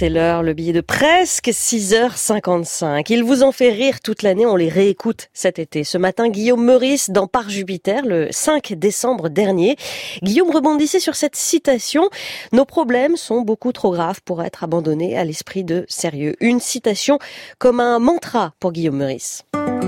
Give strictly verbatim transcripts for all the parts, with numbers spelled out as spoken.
c'est l'heure, le billet de presque six heures cinquante-cinq. Il vous en fait rire toute l'année, on les réécoute cet été. Ce matin, Guillaume Meurice dans Par Jupiter, le cinq décembre dernier. Guillaume rebondissait sur cette citation. Nos problèmes sont beaucoup trop graves pour être abandonnés à l'esprit de sérieux. Une citation comme un mantra pour Guillaume Meurice.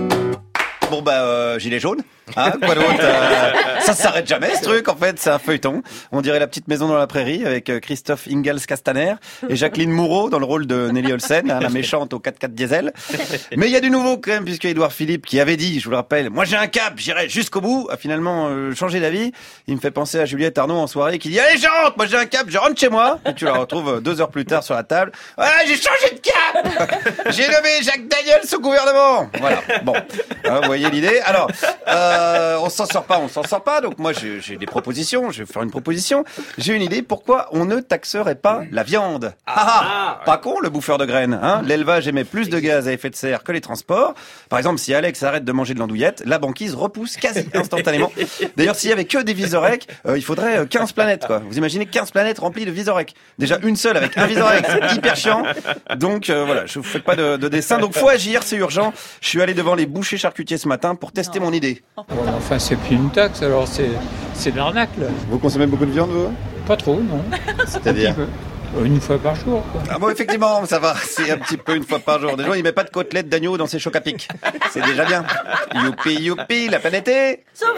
Bon bah euh, gilet jaune, hein, quoi d'autre euh, ça s'arrête jamais ce truc en fait, c'est un feuilleton. On dirait La petite maison dans la prairie avec Christophe Ingalls-Castaner et Jacqueline Moureau dans le rôle de Nelly Olsen, hein, la méchante au quatre quatre diesel. Mais il y a du nouveau quand même, puisque Édouard Philippe qui avait dit, je vous le rappelle, moi j'ai un cap, j'irai jusqu'au bout, a finalement euh, changé d'avis. Il me fait penser à Juliette Arnaud en soirée qui dit allez j'entre, moi j'ai un cap, je rentre chez moi. Et tu la retrouves deux heures plus tard sur la table. Ouais, j'ai changé de cap, j'ai nommé Jacques Daniels au gouvernement. Voilà, bon, hein, vous voyez l'idée. Alors, euh, on s'en sort pas, on s'en sort pas. Donc moi, j'ai, j'ai des propositions. Je vais faire une proposition. J'ai une idée. Pourquoi on ne taxerait pas la viande? Ah, ah ouais. Pas con, le bouffeur de graines. Hein. L'élevage émet plus de gaz à effet de serre que les transports. Par exemple, si Alex arrête de manger de l'andouillette, la banquise repousse quasi instantanément. D'ailleurs, s'il y avait que des Vizorek, euh, il faudrait quinze planètes. Quoi. Vous imaginez quinze planètes remplies de Vizorek. Déjà une seule avec un Vizorek, c'est hyper chiant. Donc euh, voilà, je vous fais pas de, de dessin. Donc faut agir, c'est urgent. Je suis allé devant les bouchers charcutiers ce matin pour tester mon idée. Bon, enfin, c'est plus une taxe, alors c'est, c'est de l'arnaque, là. Vous consommez beaucoup de viande, vous? Pas trop, non. C'est-à-dire? Une fois par jour, quoi. Ah bon, effectivement, ça va. C'est un petit peu une fois par jour. Des gens, ils mettent pas de côtelettes d'agneau dans ses chocs à pic. C'est déjà bien. Youpi, youpi, la planète est sauvée.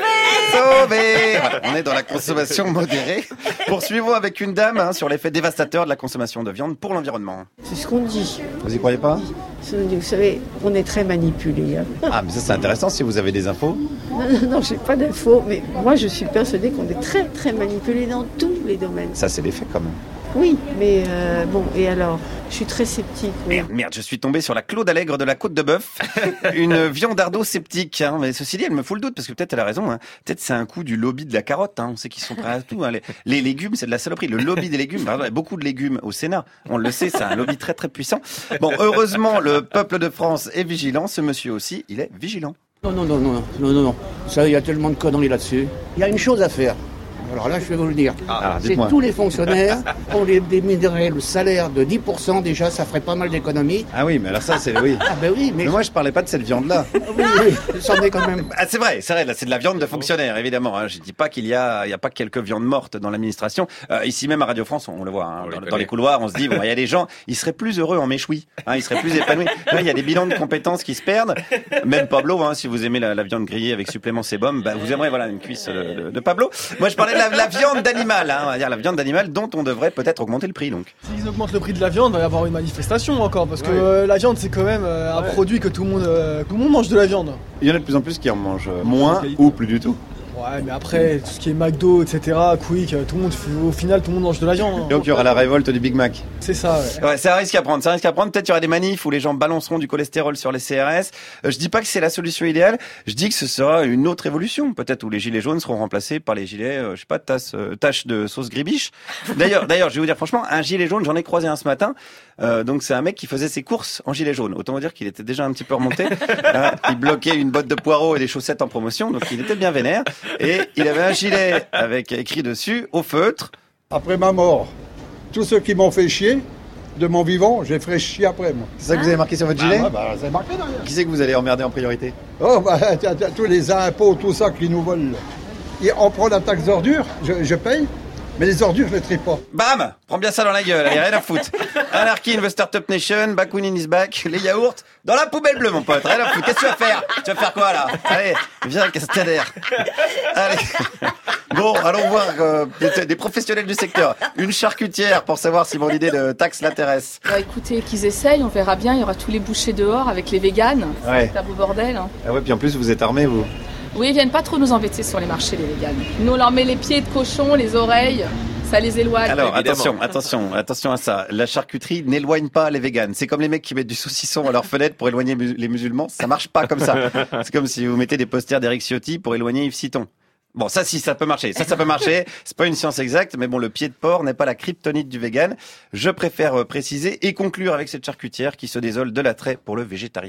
Sauvée. Voilà, on est dans la consommation modérée. Poursuivons avec une dame hein, sur l'effet dévastateur de la consommation de viande pour l'environnement. C'est ce qu'on dit. Vous y croyez pas? Vous savez, on est très manipulé. Hein. Ah, mais ça c'est intéressant si vous avez des infos. Non, non, non, j'ai pas d'infos, mais moi je suis persuadée qu'on est très, très manipulé dans tous les domaines. Ça c'est les faits quand même. Oui, mais euh, bon, et alors, je suis très sceptique. Oui. Merde, merde, je suis tombé sur la Claude Allègre de la Côte de Bœuf, une viandardo-sceptique. Hein. Mais ceci dit, elle me fout le doute, parce que peut-être elle a raison. Hein. Peut-être c'est un coup du lobby de la carotte. Hein. On sait qu'ils sont prêts à tout. Hein. Les, les légumes, c'est de la saloperie. Le lobby des légumes, pardon, il y a beaucoup de légumes au Sénat. On le sait, c'est un lobby très très puissant. Bon, heureusement, le peuple de France est vigilant. Ce monsieur aussi, il est vigilant. Non, non, non, non, non, non, non. Ça, il y a tellement de conneries là-dessus. Il y a une chose à faire. Alors là, je vais vous le dire. Ah, c'est tous les fonctionnaires, on les diminuerait le salaire de dix pour cent, déjà, ça ferait pas mal d'économies. Ah oui, mais alors ça, c'est... oui. Ah ben oui, mais... mais moi, je parlais pas de cette viande-là. Ah oui, oui, ça en est quand même... Ah, c'est vrai, c'est vrai, là, c'est de la viande de fonctionnaires, évidemment. Hein. Je dis pas qu'il y a, il y a pas quelques viandes mortes dans l'administration. Euh, ici même à Radio France, on le voit, hein, dans, dans les couloirs, on se dit, bon, il y a des gens, ils seraient plus heureux en méchoui, hein, ils seraient plus épanouis. Là, il y a des bilans de compétences qui se perdent. Même Pablo, hein, si vous aimez la, la viande grillée avec supplément sébum, bah, vous aimerez, voilà, une cuisse de, de, de Pablo. Moi, je parlais de la, la viande d'animal, hein, on va dire la viande d'animal dont on devrait peut-être augmenter le prix, donc. S'ils augmentent le prix de la viande, il va y avoir une manifestation encore, parce que ouais. euh, la viande, c'est quand même euh, un ouais. produit que tout le monde, euh, tout le monde mange de la viande. Il y en a de plus en plus qui en mangent moins ou plus du tout. Ouais, mais après, tout ce qui est McDo, et cetera, Quick, tout le monde, au final, tout le monde mange de la viande. Hein. Donc il y aura la révolte du Big Mac. C'est ça, ouais. Ouais, c'est un risque à prendre, c'est un risque à prendre. Peut-être il y aura des manifs où les gens balanceront du cholestérol sur les C R S. Euh, je dis pas que c'est la solution idéale, je dis que ce sera une autre évolution. Peut-être où les gilets jaunes seront remplacés par les gilets, euh, je sais pas, tasse, euh, taches de sauce gribiche. D'ailleurs, d'ailleurs, je vais vous dire franchement, un gilet jaune, j'en ai croisé un ce matin. Euh, donc c'est un mec qui faisait ses courses en gilet jaune. Autant vous dire qu'il était déjà un petit peu remonté. euh, il bloquait une botte de poireaux et des chaussettes en promotion, donc il était bien vénère. Et il avait un gilet avec écrit dessus, au feutre. Après ma mort, tous ceux qui m'ont fait chier, de mon vivant, j'ai ferai chier après, moi. C'est ça que vous avez marqué sur votre gilet? Ah, bah, c'est marqué derrière. Qui c'est que vous allez emmerder en priorité? Oh, bah, t'as, t'as, tous les impôts, tout ça qu'ils nous volent. Et on prend la taxe d'ordures, je, je paye. Mais les ordures, je les trie pas. Bam! Prends bien ça dans la gueule, allez, rien à foutre. Anarchy in the Startup Nation, Bakunin is back, les yaourts, dans la poubelle bleue, mon pote, rien à foutre. Qu'est-ce que tu vas faire? Tu vas faire quoi, là? Allez, viens, Castaner. Allez. Bon, allons voir euh, des, des professionnels du secteur. Une charcutière pour savoir si mon idée de taxe l'intéresse. Bah écoutez, qu'ils essayent, on verra bien. Il y aura tous les bouchers dehors avec les véganes. Ouais. C'est un beau bordel. Hein. Ah ouais, puis en plus, vous êtes armés, vous. Oui, ils viennent pas trop nous embêter sur les marchés, les véganes. Nous, on leur met les pieds de cochon, les oreilles, ça les éloigne. Alors, évidemment. attention, attention, attention à ça. La charcuterie n'éloigne pas les véganes. C'est comme les mecs qui mettent du saucisson à leur fenêtre pour éloigner les musulmans. Ça marche pas comme ça. C'est comme si vous mettez des posters d'Eric Ciotti pour éloigner Yves Citon. Bon, ça, si, ça peut marcher. Ça, ça peut marcher. C'est pas une science exacte, mais bon, le pied de porc n'est pas la kryptonite du vegan. Je préfère préciser et conclure avec cette charcutière qui se désole de l'attrait pour le végétarisme.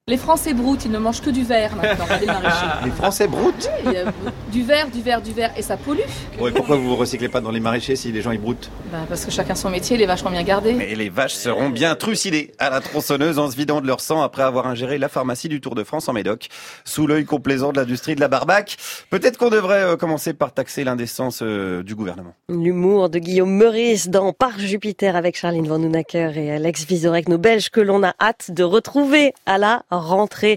Les Français broutent, ils ne mangent que du verre maintenant, pas des maraîchers. Les Français broutent. Oui, il y a du verre, du verre, du verre, et ça pollue. Ouais, pourquoi vous vous recyclez pas dans les maraîchers si les gens y broutent? Bah, parce que chacun son métier, les vaches sont bien gardées. Mais les vaches seront bien trucidées à la tronçonneuse en se vidant de leur sang après avoir ingéré la pharmacie du Tour de France en Médoc, sous l'œil complaisant de l'industrie de la barbaque. Peut-être qu'on devrait euh, commencer par taxer l'indécence euh, du gouvernement. L'humour de Guillaume Meurice dans Par Jupiter avec Charline Vanhoenacker et Alex Vizorek, nos Belges que l'on a hâte de retrouver à la rentrée.